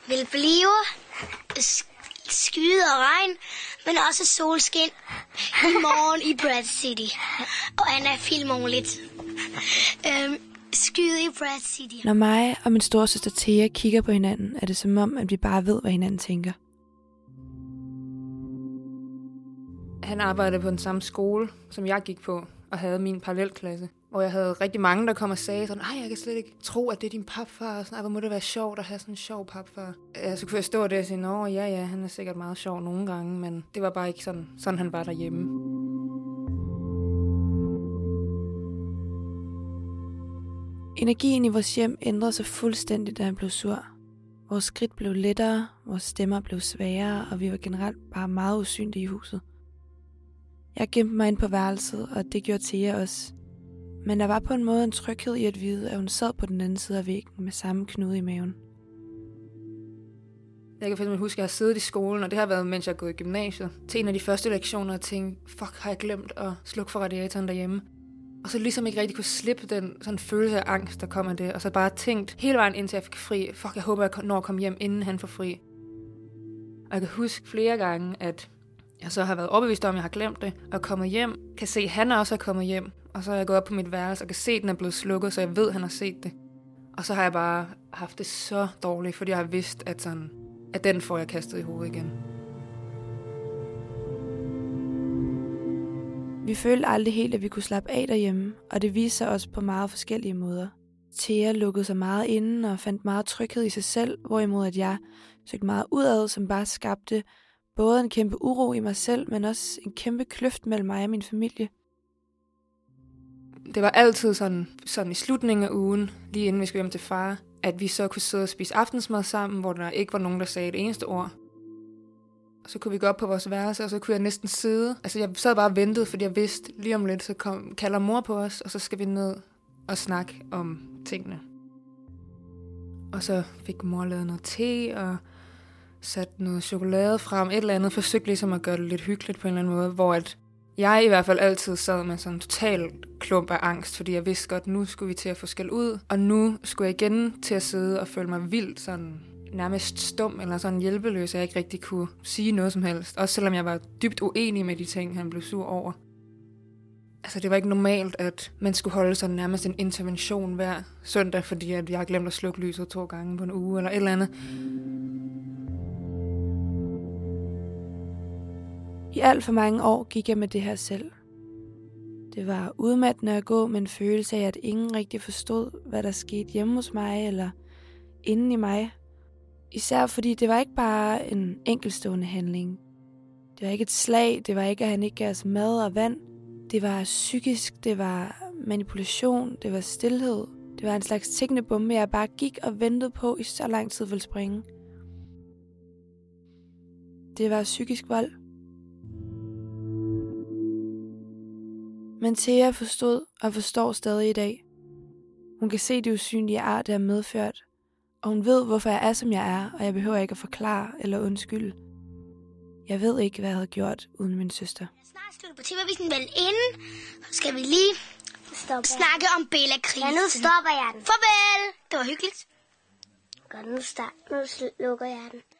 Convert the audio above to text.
vil blive skyde og regn, men også solskin i morgen i Brad City. Og Anna filmer lidt. Skyde i Brad City. Når mig og min storesøster Thea kigger på hinanden, er det som om, at vi bare ved, hvad hinanden tænker. Han arbejdede på den samme skole, som jeg gik på, og havde min parallelklasse. Hvor jeg havde rigtig mange, der kom og sagde sådan, jeg kan slet ikke tro, at det er din papfar. Og sådan, hvor må det være sjovt at have sådan en sjov papfar. Så kunne jeg stå der og sige, ja, han er sikkert meget sjov nogle gange, men det var bare ikke sådan han var derhjemme. Energien i vores hjem ændrede sig fuldstændig, da han blev sur. Vores skridt blev lettere, vores stemmer blev svagere, og vi var generelt bare meget usynlige i huset. Jeg gemte mig ind på værelset, og det gjorde Thea også. Men der var på en måde en tryghed i at vide, at hun sad på den anden side af væggen med samme knude i maven. Jeg kan fandme huske, at jeg har siddet i skolen, og det har været, mens jeg er gået i gymnasiet, til en af de første lektioner og tænkte, har jeg glemt at slukke for radiatoren derhjemme? Og så ligesom ikke rigtig kunne slippe den sådan følelse af angst, der kom af det, og så bare tænkt hele vejen indtil jeg fik fri, jeg håber, jeg når at komme hjem, inden han får fri. Og jeg kan huske flere gange, at jeg så har været overbevist om, at jeg har glemt det, og kommet hjem, kan se, at han også er kommet hjem, og så er jeg gået op på mit værelse og kan se, at den er blevet slukket, så jeg ved, at han har set det. Og så har jeg bare haft det så dårligt, fordi jeg har vidst, at den får jeg kastet i hovedet igen. Vi følte aldrig helt, at vi kunne slappe af derhjemme, og det viste sig også på meget forskellige måder. Thea lukkede sig meget inde og fandt meget tryghed i sig selv, hvorimod at jeg søgte meget udad, som bare skabte både en kæmpe uro i mig selv, men også en kæmpe kløft mellem mig og min familie. Det var altid sådan i slutningen af ugen, lige inden vi skulle hjem til far, at vi så kunne sidde og spise aftensmad sammen, hvor der ikke var nogen, der sagde det eneste ord. Og så kunne vi gå op på vores værelse, og så kunne jeg næsten sidde. Altså jeg sad bare og ventede, fordi jeg vidste, lige om lidt, så kalder mor på os, og så skal vi ned og snakke om tingene. Og så fik mor lavet noget te, og sat noget chokolade frem, et eller andet, forsøgte ligesom at gøre det lidt hyggeligt på en eller anden måde, hvor at jeg i hvert fald altid sad med sådan en total klump af angst, fordi jeg vidste godt, nu skulle vi til at få skæld ud, og nu skulle jeg igen til at sidde og føle mig vildt sådan nærmest stum eller sådan hjælpeløs, at jeg ikke rigtig kunne sige noget som helst. Også selvom jeg var dybt uenig med de ting, han blev sur over. Altså det var ikke normalt, at man skulle holde sådan nærmest en intervention hver søndag, fordi at jeg glemte at slukke lyset 2 gange på en uge eller et eller andet. I alt for mange år gik jeg med det her selv. Det var udmattende at gå med en følelse af, at ingen rigtig forstod, hvad der skete hjemme hos mig eller inden i mig. Især fordi det var ikke bare en enkeltstående handling. Det var ikke et slag, det var ikke, at han ikke gav os mad og vand. Det var psykisk, det var manipulation, det var stilhed. Det var en slags tikkende bombe, jeg bare gik og ventede på i så lang tid ville springe. Det var psykisk vold. Men Thea forstod og forstår stadig i dag. Hun kan se det usynlige ar, det har medført, og hun ved, hvorfor jeg er, som jeg er, og jeg behøver ikke at forklare eller undskylde. Jeg ved ikke, hvad jeg havde gjort uden min søster. Snart slutter på TV-avisen vel inden, så skal vi lige snakke om Bella-krisen. Ja, nu stopper jeg den. Farvel! Det var hyggeligt. Godt, nu lukker jeg den.